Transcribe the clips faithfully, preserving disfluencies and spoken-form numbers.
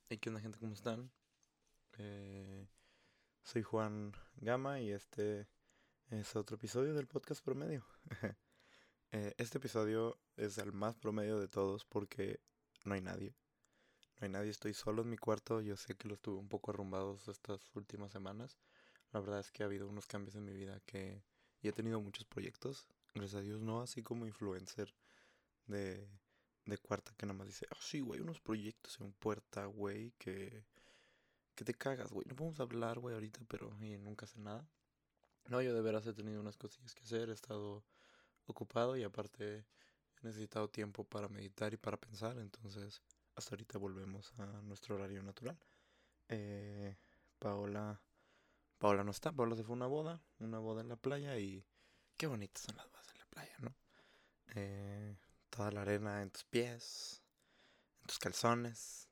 Hey, ¿qué onda, gente? ¿Cómo están? Eh, soy Juan Gama y este es otro episodio del podcast promedio. Eh, este episodio es el más promedio de todos porque no hay nadie. No hay nadie, estoy solo en mi cuarto. Yo sé que los tuve un poco arrumbados estas últimas semanas. La verdad es que ha habido unos cambios en mi vida que... Y he tenido muchos proyectos. Gracias a Dios, no así como influencer de, de cuarta que nada más dice, ah, sí, güey, unos proyectos en puerta, güey, que que te cagas, güey. No podemos hablar, güey, ahorita, pero y nunca hace nada. No, yo de veras he tenido unas cosillas que hacer, he estado ocupado y aparte he necesitado tiempo para meditar y para pensar, entonces hasta ahorita volvemos a nuestro horario natural. Eh, Paola, Paola no está, Paola se fue a una boda, una boda en la playa y qué bonitas son las bodas en la playa, ¿no? Eh, Toda la arena en tus pies, en tus calzones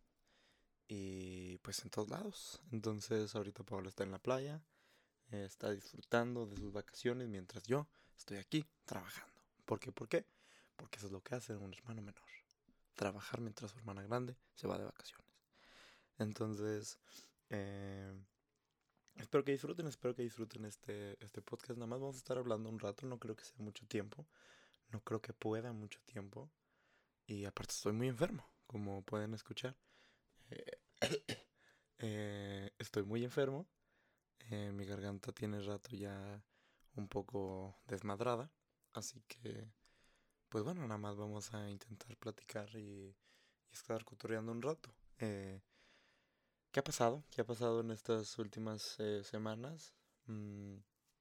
y pues en todos lados. Entonces ahorita Paola está en la playa. Eh, está disfrutando de sus vacaciones mientras yo estoy aquí trabajando. ¿Por qué? ¿Por qué? Porque eso es lo que hace un hermano menor. Trabajar mientras su hermana grande se va de vacaciones. Entonces, eh, espero que disfruten, espero que disfruten este, este podcast. Nada más vamos a estar hablando un rato, no creo que sea mucho tiempo. No creo que pueda mucho tiempo. Y aparte estoy muy enfermo, como pueden escuchar. Eh, eh, estoy muy enfermo. Eh, mi garganta tiene rato ya un poco desmadrada. Así que, pues bueno, nada más vamos a intentar platicar y, y estar cotorreando un rato. Eh, ¿Qué ha pasado? ¿Qué ha pasado en estas últimas eh, semanas? Mm,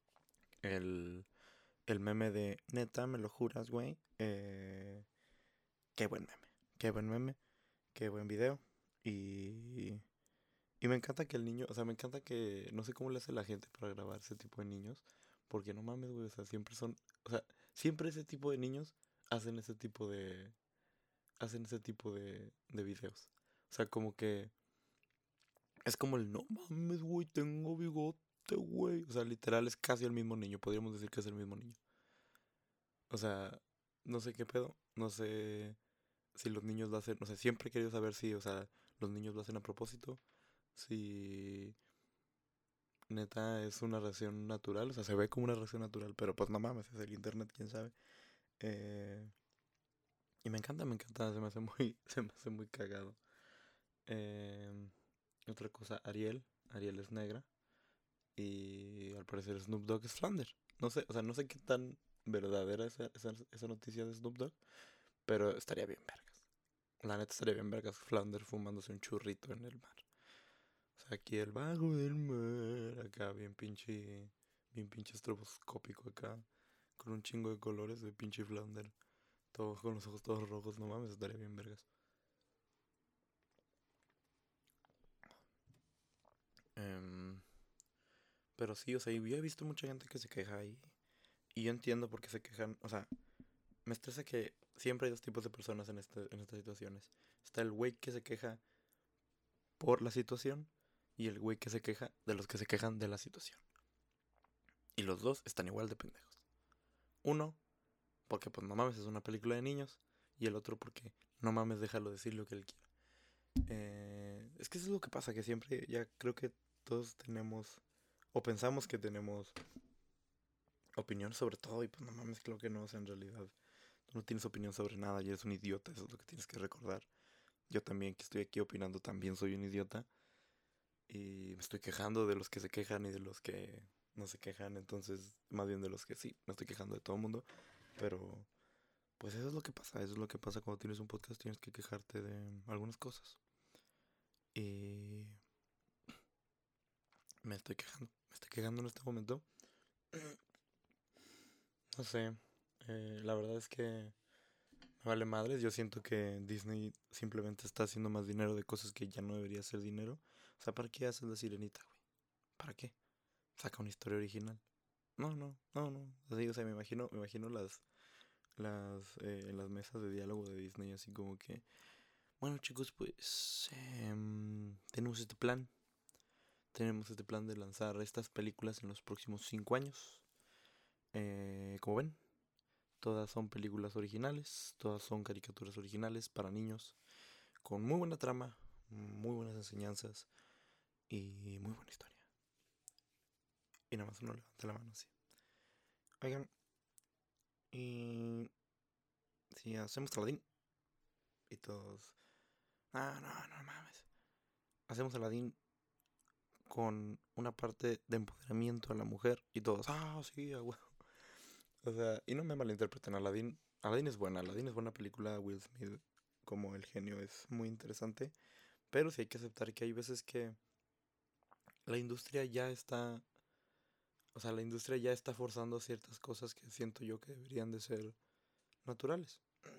el, el meme de neta, me lo juras, güey. Eh, qué buen meme. Qué buen meme. Qué buen video. Y, y me encanta que el niño, o sea, me encanta que, no sé cómo le hace la gente para grabar ese tipo de niños, porque no mames, güey, o sea, siempre son, o sea, siempre ese tipo de niños hacen ese tipo de, hacen ese tipo de, de videos. O sea, como que es como el, no mames, güey, tengo bigote, güey. O sea, literal es casi el mismo niño, podríamos decir que es el mismo niño. O sea, no sé qué pedo, no sé si los niños lo hacen, o sea, siempre he querido saber si, o sea, los niños lo hacen a propósito, si neta es una reacción natural, o sea, se ve como una reacción natural, pero pues no mames, es el internet, quién sabe. Eh, y me encanta, me encanta, se me hace muy, se me hace muy cagado. Eh, Otra cosa, Ariel, Ariel es negra y al parecer Snoop Dogg es Flander. No sé, o sea, no sé qué tan verdadera esa, esa, esa noticia de Snoop Dogg, pero estaría bien vergas. La neta estaría bien vergas Flander fumándose un churrito en el mar. O sea, aquí el bajo del mar, acá bien pinche, bien pinche estroboscópico acá, con un chingo de colores de pinche Flounder, todos con los ojos todos rojos, no mames, estaría bien vergas. Em, pero sí, o sea, yo he visto mucha gente que se queja y, y yo entiendo por qué se quejan, o sea, me estresa que siempre hay dos tipos de personas en, este, en estas situaciones. Está el güey que se queja por la situación y el güey que se queja de los que se quejan de la situación. Y los dos están igual de pendejos. Uno porque pues no mames, es una película de niños. Y el otro porque no mames, déjalo decir lo que él quiera. Eh, es que eso es lo que pasa, que siempre ya creo que todos tenemos, o pensamos que tenemos opinión sobre todo, y pues no mames, creo que no, o sea, en realidad tú no tienes opinión sobre nada y eres un idiota, eso es lo que tienes que recordar. Yo también que estoy aquí opinando también soy un idiota y me estoy quejando de los que se quejan y de los que no se quejan, entonces más bien de los que sí, me estoy quejando de todo el mundo, pero pues eso es lo que pasa, eso es lo que pasa cuando tienes un podcast, tienes que quejarte de algunas cosas. Y me estoy quejando, me estoy quejando en este momento. No sé, eh, la verdad es que me vale madres, yo siento que Disney simplemente está haciendo más dinero de cosas que ya no debería ser dinero. O sea, ¿para qué haces la sirenita, güey? ¿Para qué? Saca una historia original. No, no, no, no. Así, o sea, me imagino, me imagino las, las, eh, en las mesas de diálogo de Disney, así como que, bueno chicos, pues em, tenemos este plan. Tenemos este plan de lanzar estas películas en los próximos cinco años. Eh, como ven, todas son películas originales, todas son caricaturas originales para niños, con muy buena trama, muy buenas enseñanzas y muy buena historia. Y nada más uno levanta la mano así. Oigan, y si hacemos Aladdin y todos, ah, no, no, no mames. Hacemos Aladdin con una parte de empoderamiento a la mujer y todos, ah, sí, ah, bueno. O sea, y no me malinterpreten, Aladdin, Aladdin es buena, Aladdin es buena película, Will Smith como el genio es muy interesante, pero sí hay que aceptar que hay veces que la industria ya está, o sea, la industria ya está forzando ciertas cosas que siento yo que deberían de ser naturales.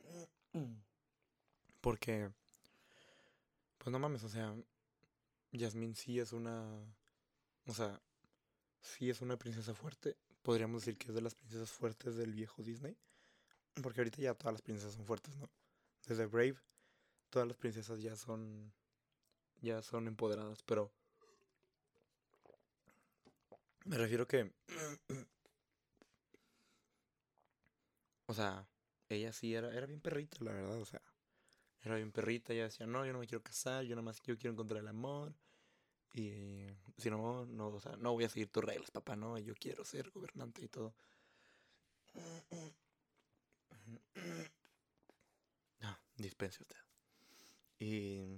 Porque, pues no mames, o sea, Jasmine sí es una, o sea, sí es una princesa fuerte. Podríamos decir que es de las princesas fuertes del viejo Disney. Porque ahorita ya todas las princesas son fuertes, ¿no? Desde Brave, todas las princesas ya son, ya son empoderadas. Pero me refiero que, o sea, ella sí era, era bien perrita, la verdad, o sea. Era bien perrita, ella decía, no, yo no me quiero casar, yo nada más yo quiero encontrar el amor. Y si no, no, o sea, no voy a seguir tus reglas, papá, no, yo quiero ser gobernante y todo. Ah, dispense usted. Y,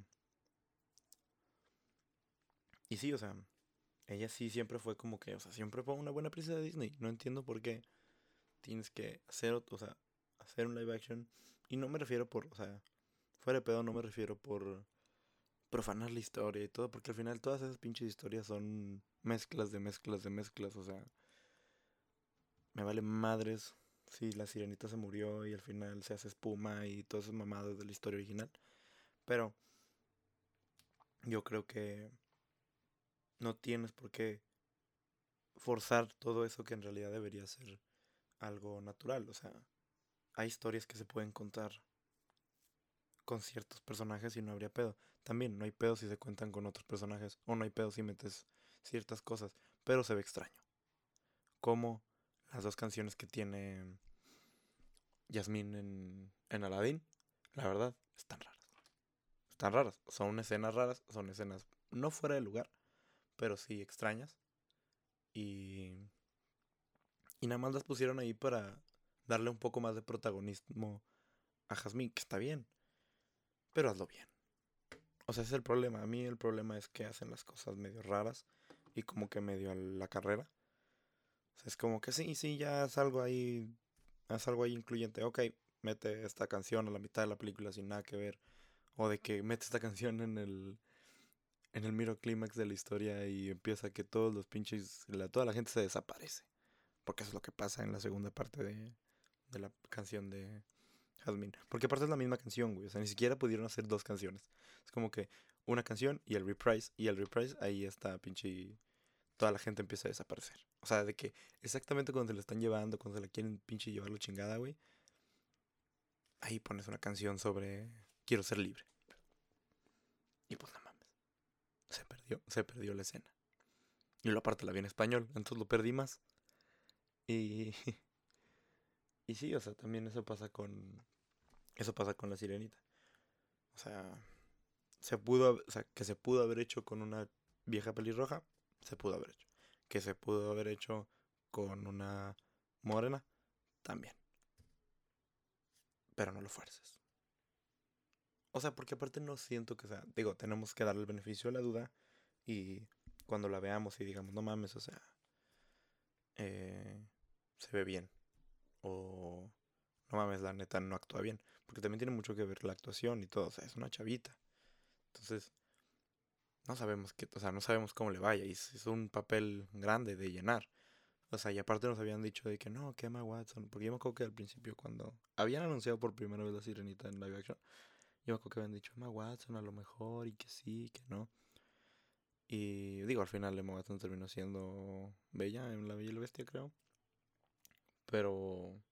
y sí, o sea, ella sí siempre fue como que, o sea, siempre fue una buena princesa de Disney. No entiendo por qué tienes que hacer, o sea, hacer un live action. Y no me refiero por, o sea, fuera de pedo, no me refiero por profanar la historia y todo, porque al final todas esas pinches historias son mezclas de mezclas de mezclas, o sea, me vale madres si la sirenita se murió y al final se hace espuma y todas esas mamadas de la historia original. Pero yo creo que no tienes por qué forzar todo eso que en realidad debería ser algo natural. O sea, hay historias que se pueden contar con ciertos personajes y no habría pedo. También no hay pedo si se cuentan con otros personajes o no hay pedo si metes ciertas cosas, pero se ve extraño. Como las dos canciones que tiene Jasmine en, en Aladdin, la verdad, están raras. Están raras. Son escenas raras, son escenas no fuera de lugar, pero sí extrañas. Y, y nada más las pusieron ahí para darle un poco más de protagonismo a Jasmine, que está bien, pero hazlo bien. O sea, ese es el problema. A mí el problema es que hacen las cosas medio raras y como que medio a la carrera. O sea, es como que sí, sí, ya haz algo ahí, haz algo ahí incluyente. Ok, mete esta canción a la mitad de la película sin nada que ver. O de que mete esta canción en el, en el miro clímax de la historia y empieza que todos los pinches, la, toda la gente se desaparece. Porque eso es lo que pasa en la segunda parte de, de la canción de Jasmine. Porque aparte es la misma canción, güey. O sea, ni siquiera pudieron hacer dos canciones. Es como que una canción y el reprise. Y el reprise, ahí está pinche. Toda la gente empieza a desaparecer. O sea, de que exactamente cuando se la están llevando, cuando se la quieren pinche llevar la chingada, güey. Ahí pones una canción sobre quiero ser libre. Y pues no mames. Se perdió, se perdió la escena. Y lo aparte la vi en español, entonces lo perdí más. Y, y sí, o sea, también eso pasa con. Eso pasa con la sirenita. O sea, se pudo, o sea, que se pudo haber hecho con una vieja pelirroja, se pudo haber hecho. Que se pudo haber hecho con una morena, también. Pero no lo fuerces. O sea, porque aparte no siento que sea, digo, tenemos que darle el beneficio de la duda y cuando la veamos y digamos, no mames, o sea, eh, se ve bien. O no mames, la neta no actúa bien. Porque también tiene mucho que ver la actuación y todo. O sea, es una chavita. Entonces, no sabemos qué, o sea, no sabemos cómo le vaya. Y es, es un papel grande de llenar. O sea, y aparte nos habían dicho de que no, que Emma Watson. Porque yo me acuerdo que al principio, cuando habían anunciado por primera vez la sirenita en live action, yo me acuerdo que habían dicho Emma Watson a lo mejor, y que sí, que no. Y digo, al final Emma Watson terminó siendo Bella en La Bella y la Bestia, creo. Pero,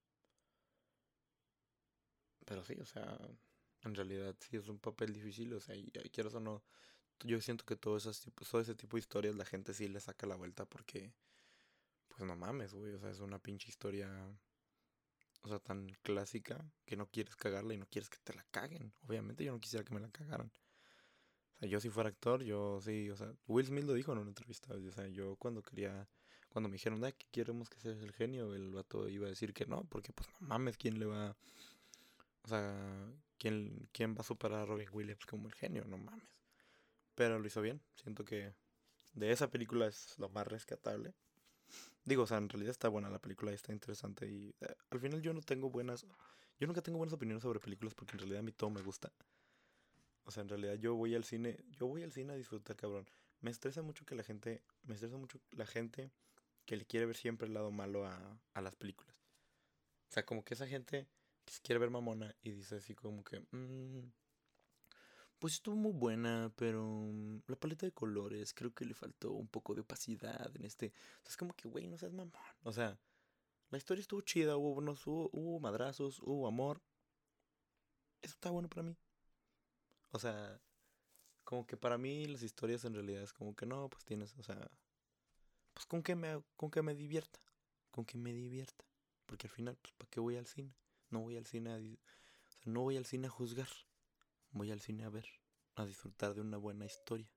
pero sí, o sea, en realidad sí es un papel difícil. O sea, y, y quieras o no, yo siento que todo, esas tipos, todo ese tipo de historias la gente sí le saca la vuelta porque, pues no mames, güey. O sea, es una pinche historia, o sea, tan clásica que no quieres cagarla y no quieres que te la caguen. Obviamente yo no quisiera que me la cagaran. O sea, yo si fuera actor, yo sí, o sea, Will Smith lo dijo en una entrevista, o sea, yo cuando quería, cuando me dijeron, ah, que queremos que seas el genio, el vato iba a decir que no, porque pues no mames, ¿quién le va, o sea, quién, quién va a superar a Robin Williams como el genio? No mames. Pero lo hizo bien, siento que de esa película es lo más rescatable. Digo, o sea, en realidad está buena la película y está interesante y eh, al final yo no tengo buenas, yo nunca tengo buenas opiniones sobre películas porque en realidad a mí todo me gusta. O sea, en realidad yo voy al cine, yo voy al cine a disfrutar, cabrón. Me estresa mucho que la gente, me estresa mucho la gente que le quiere ver siempre el lado malo a, a las películas. O sea, como que esa gente que se quiere ver mamona y dice así como que, "Mm, pues estuvo muy buena, pero mm, la paleta de colores creo que le faltó un poco de opacidad en este. O sea, es como que, güey, no seas mamón. O sea, la historia estuvo chida, hubo buenos, hubo, hubo madrazos, hubo amor. Eso está bueno para mí. O sea, como que para mí las historias en realidad es como que no, pues tienes, o sea, pues con que me, con que me divierta, con que me divierta. Porque al final, pues, ¿para qué voy al cine? No voy al cine a, di- o sea, no voy al cine a juzgar, voy al cine a ver, a disfrutar de una buena historia.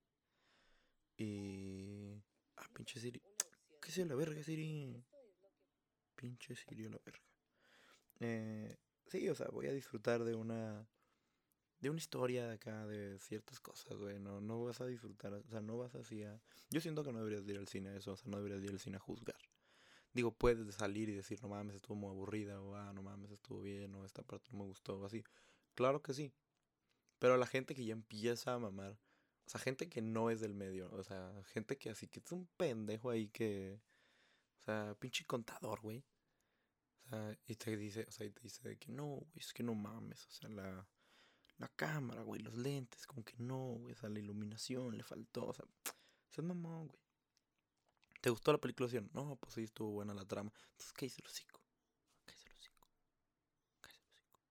Y... Ah, pinche Siri. ¿Qué es la verga, Siri? Pinche Siri a la verga. Eh, sí, o sea, voy a disfrutar de una... De una historia de acá, de ciertas cosas, güey. No, no vas a disfrutar, o sea, no vas así a... Yo siento que no deberías de ir al cine a eso, o sea, no deberías de ir al cine a juzgar. Digo, puedes salir y decir, no mames, estuvo muy aburrida, o ah, no mames, estuvo bien, o esta parte no me gustó, o así. Claro que sí, pero la gente que ya empieza a mamar, o sea, gente que no es del medio, o sea, gente que así que es un pendejo ahí que, o sea, pinche contador, güey. O sea, y te dice, o sea, y te dice de que no, güey, es que no mames, o sea, la, la cámara, güey, los lentes, como que no, güey, o sea, la iluminación le faltó, o sea, es mamón, güey. ¿Te gustó la película? ¿Sí? No, pues sí, estuvo buena la trama. Entonces, ¿qué hice el hocico? ¿Qué hice el hocico? ¿Qué hice el hocico?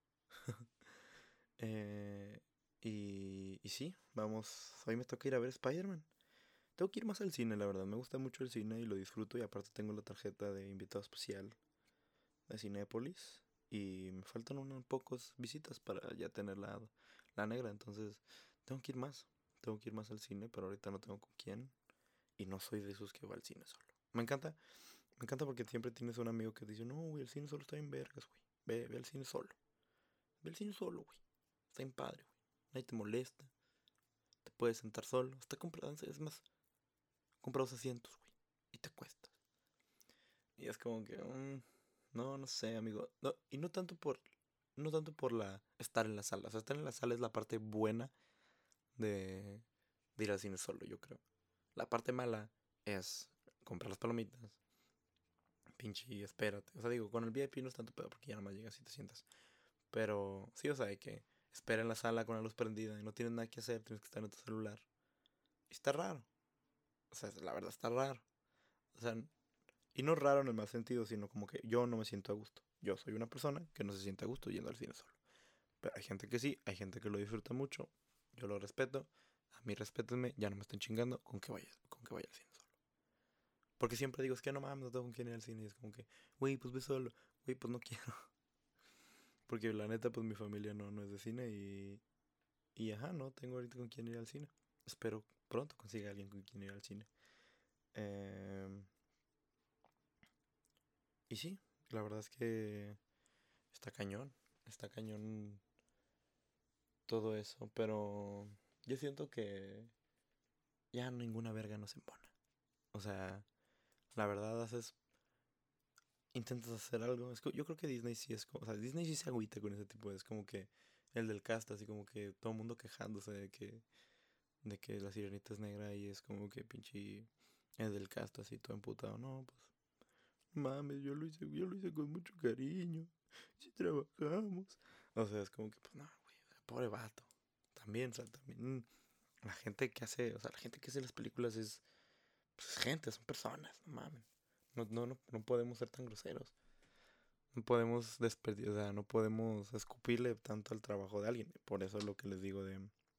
Eh, y, y sí, vamos, hoy me toca ir a ver Spider-Man. Tengo que ir más al cine, la verdad. Me gusta mucho el cine y lo disfruto. Y aparte tengo la tarjeta de invitado especial de Cinépolis. Y me faltan unas pocas visitas para ya tener la, la negra. Entonces, tengo que ir más. Tengo que ir más al cine, pero ahorita no tengo con quién. Y no soy de esos que va al cine solo. Me encanta, me encanta porque siempre tienes un amigo que te dice, no, güey, el cine solo está en vergas, güey. Ve, ve al cine solo. Ve al cine solo, güey. Está en padre, güey. Nadie te molesta. Te puedes sentar solo. Hasta comprar, es más, compra dos asientos, güey. Y te cuesta. Y es como que, mm, no, no sé, amigo. No, y no tanto por, no tanto por la estar en la sala. O sea, estar en la sala es la parte buena de, de ir al cine solo, yo creo. La parte mala es comprar las palomitas, pinche, y espérate. O sea, digo, con el V I P no es tanto pedo porque ya nomás llegas y te sientas. Pero sí, o sea, hay que esperar en la sala con la luz prendida y no tienes nada que hacer, tienes que estar en tu celular. Y está raro. O sea, la verdad está raro. O sea, y no raro en el mal sentido, sino como que yo no me siento a gusto. Yo soy una persona que no se siente a gusto yendo al cine solo. Pero hay gente que sí, hay gente que lo disfruta mucho. Yo lo respeto. A mí respétenme, ya no me estén chingando con que vaya, con que vaya al cine solo. Porque siempre digo, es que no mames, no tengo con quién ir al cine. Y es como que, güey, pues ve solo. Güey, pues no quiero. Porque la neta, pues mi familia no, no es de cine y, y ajá, no tengo ahorita con quién ir al cine. Espero pronto consiga alguien con quien ir al cine. Em, y sí, la verdad es que está cañón. Está cañón todo eso, pero yo siento que ya ninguna verga nos embona. O sea, la verdad haces, intentas hacer algo. Es yo creo que Disney sí es como, o sea, Disney sí se agüita con ese tipo, es como que el del cast, así como que todo el mundo quejándose de que, de que la sirenita es negra y es como que pinche el del cast así todo emputado. No, pues, mames, yo lo hice, yo lo hice con mucho cariño. Sí trabajamos. O sea, es como que, pues, no, güey, pobre vato. También, o sea, también mm, la gente que hace, o sea, la gente que hace las películas es, pues, es gente, son personas, no mames. No, no, no, no podemos ser tan groseros. No podemos desperdiciar, o sea, no podemos escupirle tanto al trabajo de alguien. Por eso es lo que les digo de,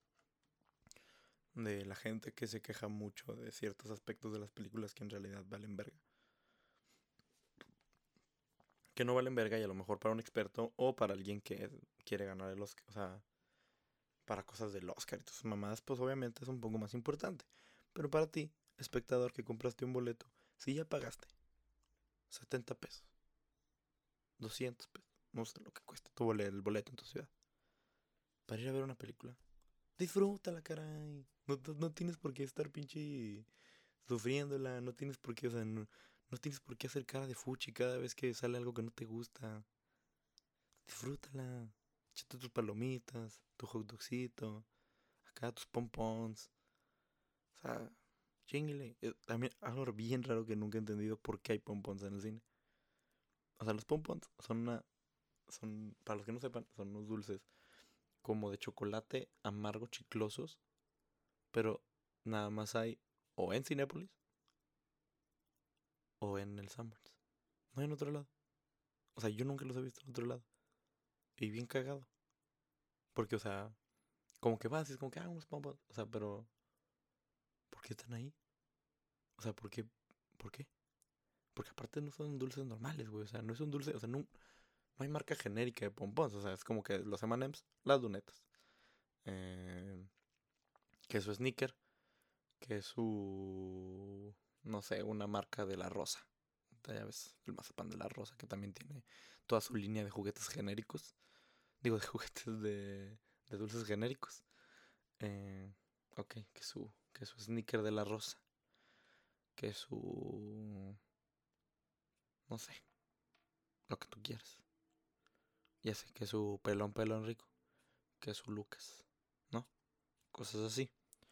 de la gente que se queja mucho de ciertos aspectos de las películas que en realidad valen verga. Que no valen verga y a lo mejor para un experto o para alguien que quiere ganar el Oscar. O sea, para cosas del Oscar y tus mamadas, pues obviamente es un poco más importante. Pero para ti, espectador que compraste un boleto, si ya pagaste setenta pesos, doscientos pesos, no sé lo que cuesta tu boleto, el boleto en tu ciudad, para ir a ver una película, disfrútala, caray. No, no, no tienes por qué estar pinche sufriéndola, no tienes por qué, o sea, no, no tienes por qué hacer cara de fuchi cada vez que sale algo que no te gusta. Disfrútala. Échate tus palomitas, tu hot dogcito, acá tus pompons. O sea, chinguele. Eh, También algo bien raro que nunca he entendido por qué hay pompons en el cine. O sea, los pompons son una. Son, para los que no sepan, son unos dulces como de chocolate amargo chiclosos, pero nada más hay o en Cinépolis o en el Sanborns. No hay en otro lado. O sea, yo nunca los he visto en otro lado. Y bien cagado. Porque, o sea, como que vas y es como que, ah, unos pompons. O sea, pero, ¿por qué están ahí? O sea, ¿por qué? ¿Por qué? Porque aparte no son dulces normales, güey. O sea, no es un dulce, o sea, no, no hay marca genérica de pompons. O sea, es como que los M and M's, las lunetas. Eh, que su sneaker, que su, no sé, una marca de la rosa. Ya ves, el mazapán de la rosa, que también tiene toda su línea de juguetes genéricos. Digo, de juguetes de, de dulces genéricos. Eh, ok, que su, que su sneaker de la rosa. Que su, no sé, lo que tú quieras. Ya sé que su pelón pelón rico, que su Lucas, ¿no? Cosas así.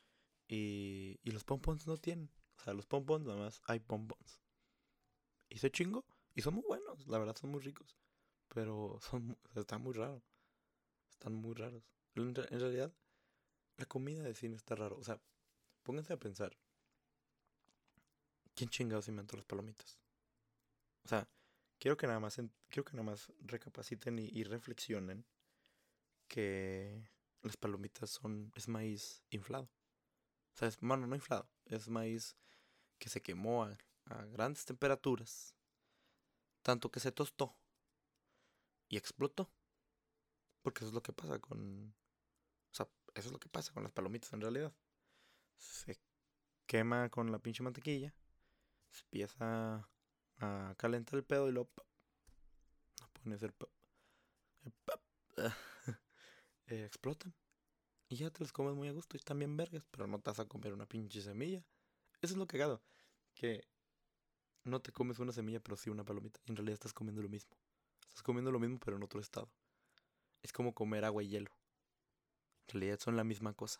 Y, y los pompons no tienen. O sea, los pompons nada más hay pompons. Y se chingo. Y son muy buenos, la verdad son muy ricos. Pero son, mu- o sea, están muy raros. Están muy raros. En, re- en realidad, la comida de cine está raro. O sea, pónganse a pensar. ¿Quién chingados inventó las palomitas? O sea, quiero que nada más, en- quiero que nada más recapaciten y, y reflexionen que las palomitas son, es maíz inflado. O sea, es, bueno, no inflado, es maíz que se quemó a, a grandes temperaturas, tanto que se tostó y explotó. Porque eso es lo que pasa con... O sea, eso es lo que pasa con las palomitas en realidad. Se quema con la pinche mantequilla, se empieza a calentar el pedo y luego... ¡pap! No pueden ser... ¡pap! el ¡pap! eh, explotan. Y ya te los comes muy a gusto y están bien vergas, pero no te vas a comer una pinche semilla. Eso es lo cagado. Que no te comes una semilla, pero sí una palomita. Y en realidad estás comiendo lo mismo. Estás comiendo lo mismo, pero en otro estado. Es como comer agua y hielo. En realidad son la misma cosa.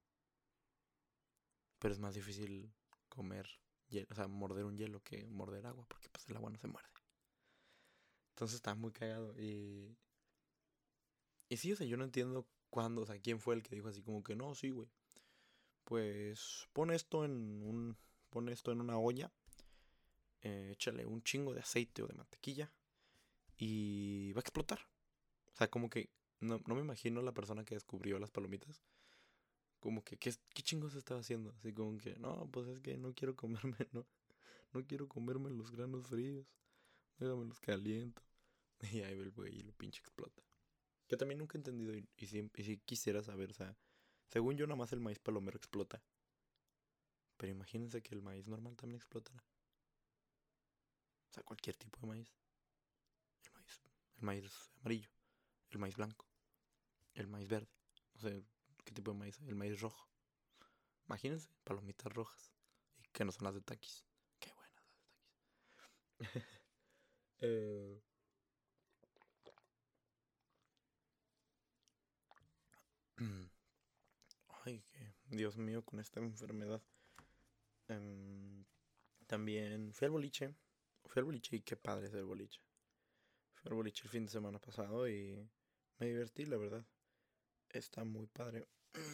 Pero es más difícil comer hielo, o sea, morder un hielo que morder agua, porque pues el agua no se muerde. Entonces está muy cagado. Y, y sí, o sea, yo no entiendo cuándo, o sea, quién fue el que dijo así como que no, sí, güey. Pues pon esto en un. Pon esto en una olla. Eh, échale un chingo de aceite o de mantequilla. Y va a explotar. O sea, como que no, no me imagino la persona que descubrió las palomitas. Como que, ¿qué, qué chingos estaba haciendo? Así como que, no, pues es que no quiero comerme, no, no quiero comerme los granos fríos. Déjame los caliento. Y ahí va el güey y lo pinche explota. Que también nunca he entendido y, y, si, y si quisiera saber, o sea, según yo nada más el maíz palomero explota. Pero imagínense que el maíz normal también explotara. O sea, cualquier tipo de maíz. El maíz, el maíz amarillo, el maíz blanco, el maíz verde. No sé qué tipo de maíz hay, el maíz rojo. Imagínense, palomitas rojas. Y que no son las de taquis. Qué buenas las de taquis. eh, Ay, que Dios mío, con esta enfermedad. Em, También fui al boliche. Fui al boliche y qué padre es el boliche. Fui al boliche el fin de semana pasado y me divertí, la verdad. Está muy padre.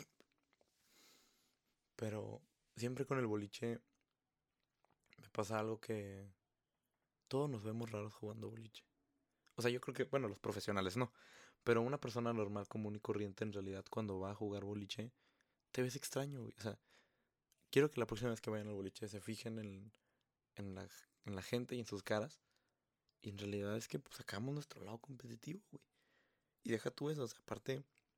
Pero siempre con el boliche me pasa algo que todos nos vemos raros jugando boliche. O sea, yo creo que, bueno, los profesionales no. Pero una persona normal, común y corriente, en realidad, cuando va a jugar boliche, te ves extraño, güey. O sea, quiero que la próxima vez que vayan al boliche se fijen en, en la, en la gente y en sus caras. Y en realidad es que pues, sacamos nuestro lado competitivo, güey. Y deja tú eso, o sea, aparte,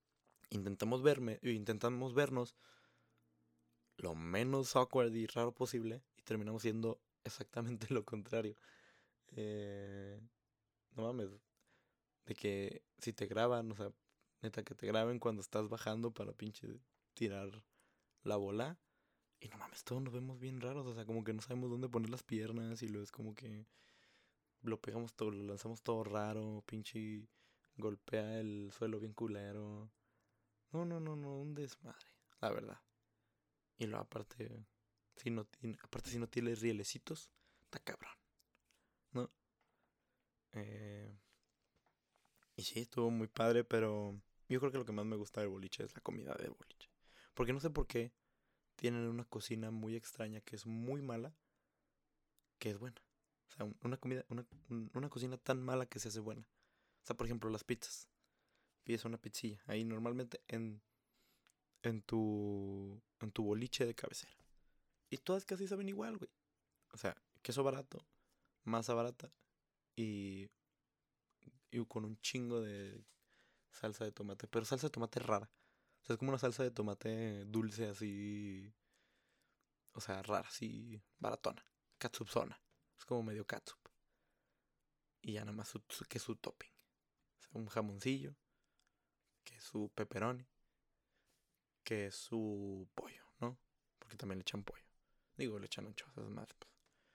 intentamos verme, intentamos vernos lo menos awkward y raro posible y terminamos siendo exactamente lo contrario. Eh, no mames, de que si te graban, o sea, neta que te graben cuando estás bajando para pinche tirar la bola. Y no mames, todos nos vemos bien raros, o sea, como que no sabemos dónde poner las piernas y luego es como que lo pegamos todo, lo lanzamos todo raro, pinche golpea el suelo bien culero. No, no, no, no, un desmadre, la verdad. Y luego aparte, si no, tiene- aparte si no tienes rielecitos, está cabrón, ¿no? Eh, y sí, estuvo muy padre, pero yo creo que lo que más me gusta del boliche es la comida del boliche. Porque no sé por qué tienen una cocina muy extraña que es muy mala, que es buena. O sea, un- una comida, una, un- una cocina tan mala que se hace buena. O sea, por ejemplo, las pizzas. Pides una pizzilla. Ahí normalmente en, en tu, en tu boliche de cabecera. Y todas casi saben igual, güey. O sea, queso barato, masa barata y, y con un chingo de salsa de tomate. Pero salsa de tomate rara. O sea, es como una salsa de tomate dulce así. O sea, rara, así baratona. Catsup zona. Es como medio catsup. Y ya nada más su, su- que su topping. O sea, un jamoncillo, que su pepperoni, que su pollo, ¿no? Porque también le echan pollo. Digo, le echan anchoas más. Pues.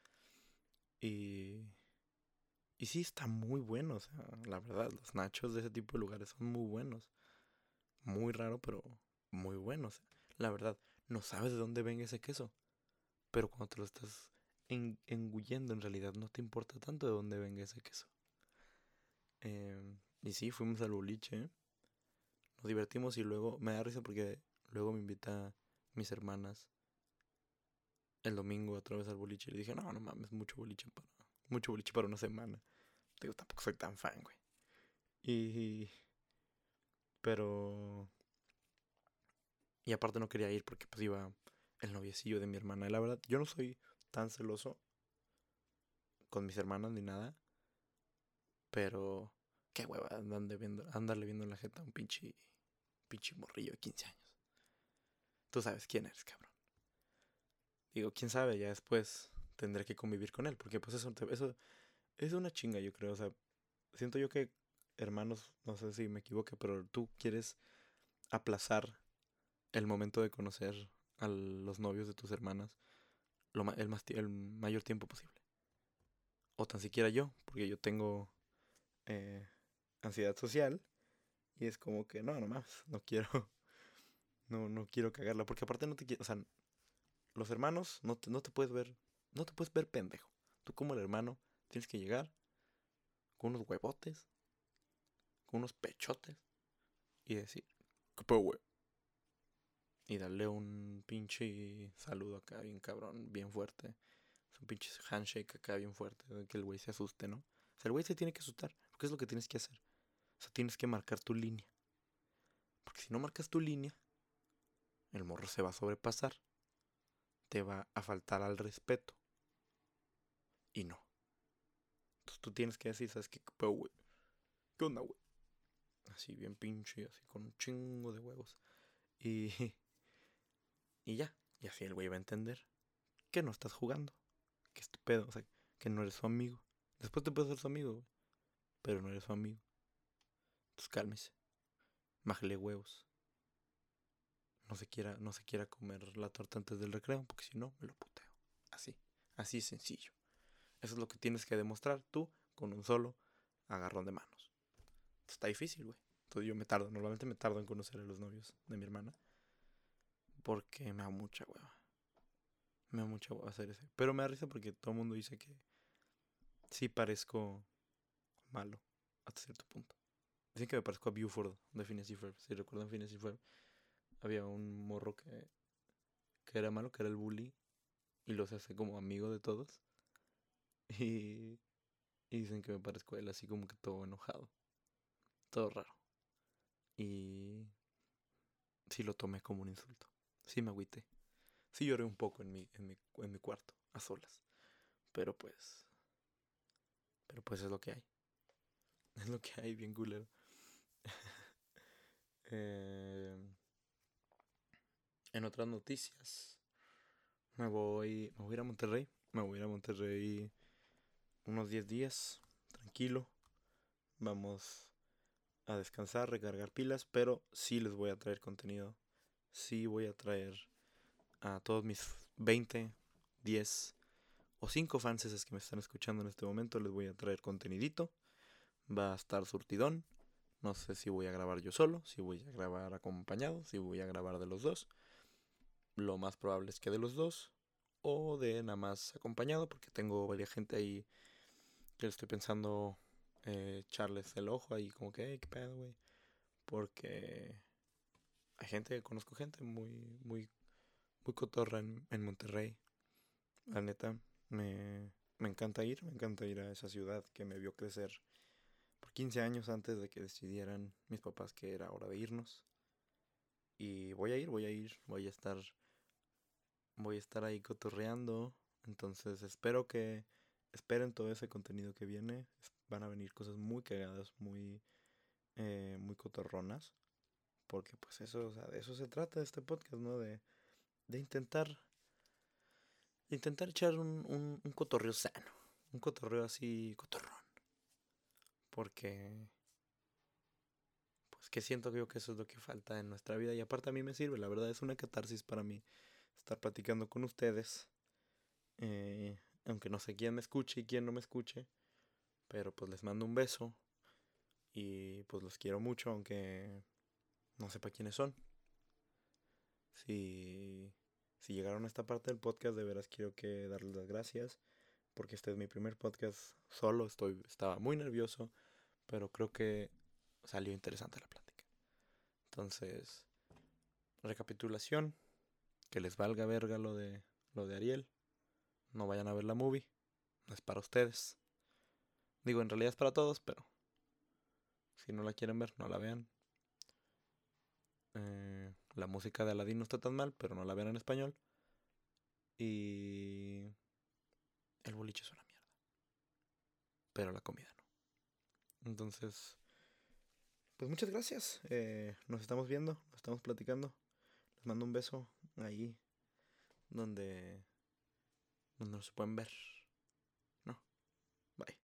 Y, y sí, está muy bueno. O sea, la verdad, los nachos de ese tipo de lugares son muy buenos. Muy raro, pero muy buenos. La verdad, no sabes de dónde venga ese queso. Pero cuando te lo estás en, engullendo, en realidad no te importa tanto de dónde venga ese queso. Eh, y sí, fuimos al boliche. ¿Eh? Nos divertimos y luego me da risa porque luego me invita mis hermanas el domingo otra vez al boliche. Y le dije, no, no mames, mucho boliche para, mucho boliche para una semana. Digo, tampoco soy tan fan, güey. Y, pero, y aparte no quería ir porque pues iba el noviecillo de mi hermana. Y la verdad, yo no soy tan celoso con mis hermanas ni nada. Pero, qué hueva, andarle viendo, andarle viendo en la jeta a un pinche, pinche morrillo de quince años. Tú sabes quién eres, cabrón. Digo, quién sabe, ya después tendré que convivir con él. Porque pues eso, eso es una chinga, yo creo. O sea, siento yo que, hermanos, no sé si me equivoqué, pero tú quieres aplazar el momento de conocer a los novios de tus hermanas lo, ma- el, más, el mayor tiempo posible. O tan siquiera yo, porque yo tengo eh, ansiedad social y es como que no, no más, no quiero, no, no quiero cagarla, porque aparte no te quiero, o sea, los hermanos no te, no te puedes ver, no te puedes ver pendejo. Tú como el hermano tienes que llegar con unos huevotes, con unos pechotes y decir, ¿qué pedo, güey? Y darle un pinche saludo acá bien cabrón, bien fuerte. Es un pinche handshake acá bien fuerte, de que el güey se asuste, ¿no? O sea, el güey se tiene que asustar, porque es lo que tienes que hacer. O sea, tienes que marcar tu línea. Porque si no marcas tu línea, el morro se va a sobrepasar, te va a faltar al respeto. Y no. Entonces tú tienes que decir, ¿sabes qué? ¿Qué pedo, güey? ¿Qué onda, güey? Así bien pinche, así con un chingo de huevos. Y, y ya. Y así el güey va a entender que no estás jugando. Que es tu pedo. O sea, que no eres su amigo. Después te puedes ser su amigo, güey. Pero no eres su amigo. Entonces cálmese. Májele huevos. No se quiera, no se quiera comer la torta antes del recreo. Porque si no, me lo puteo. Así. Así sencillo. Eso es lo que tienes que demostrar tú con un solo agarrón de manos. Está difícil, güey. Entonces yo me tardo. Normalmente me tardo en conocer a los novios de mi hermana. Porque me da mucha hueva. Me da mucha hueva hacer eso. Pero me da risa porque todo el mundo dice que sí parezco malo hasta cierto punto. Dicen que me parezco a Buford de Phineas y Ferb. Si recuerdan Phineas y Ferb, había un morro que, que era malo, que era el bully. Y los hace como amigo de todos. Y, y dicen que me parezco a él así como que todo enojado. Todo raro. Y sí lo tomé como un insulto. Sí me agüité. Sí lloré un poco en mi, en mi, en mi cuarto, a solas. Pero pues, pero pues es lo que hay. Es lo que hay, bien culero. Eh, en otras noticias, me voy, me voy a ir a Monterrey. Me voy a ir a Monterrey unos diez días, tranquilo. Vamos a descansar, recargar pilas, pero sí les voy a traer contenido. Sí voy a traer a todos mis veinte, diez o cinco fanses que me están escuchando en este momento, les voy a traer contenidito. Va a estar surtidón. No sé si voy a grabar yo solo, si voy a grabar acompañado, si voy a grabar de los dos. Lo más probable es que de los dos. O de nada más acompañado, porque tengo varias gente ahí que le estoy pensando eh, echarles el ojo ahí, como que, hey, qué pedo, güey. Porque hay gente, conozco gente muy, muy, muy cotorra en, en Monterrey. La neta, me, me encanta ir, me encanta ir a esa ciudad que me vio crecer por quince años antes de que decidieran mis papás que era hora de irnos. Y voy a ir, voy a ir, voy a estar, voy a estar ahí cotorreando. Entonces espero que esperen todo ese contenido que viene. Van a venir cosas muy cagadas, muy, eh, muy cotorronas. Porque pues eso, o sea, de eso se trata este podcast, ¿no? De, de intentar, de intentar echar un, un, un cotorreo sano. Un cotorreo así, cotorrón. Porque pues que siento yo que eso es lo que falta en nuestra vida. Y aparte a mí me sirve, la verdad es una catarsis para mí estar platicando con ustedes. Eh, aunque no sé quién me escuche y quién no me escuche. Pero pues les mando un beso. Y pues los quiero mucho, aunque no sepa quiénes son. Si, si llegaron a esta parte del podcast, de veras quiero que darles las gracias. Porque este es mi primer podcast solo. Estoy, estaba muy nervioso. Pero creo que salió interesante la plática. Entonces, recapitulación. Que les valga verga lo de, lo de Ariel. No vayan a ver la movie. No es para ustedes. Digo, en realidad es para todos, pero si no la quieren ver, no la vean. Eh, la música de Aladdin no está tan mal, pero no la vean en español. Y el boliche es una mierda. Pero la comida no. Entonces, pues muchas gracias. Eh, nos estamos viendo, nos estamos platicando. Les mando un beso ahí donde, donde no se pueden ver. No, bye.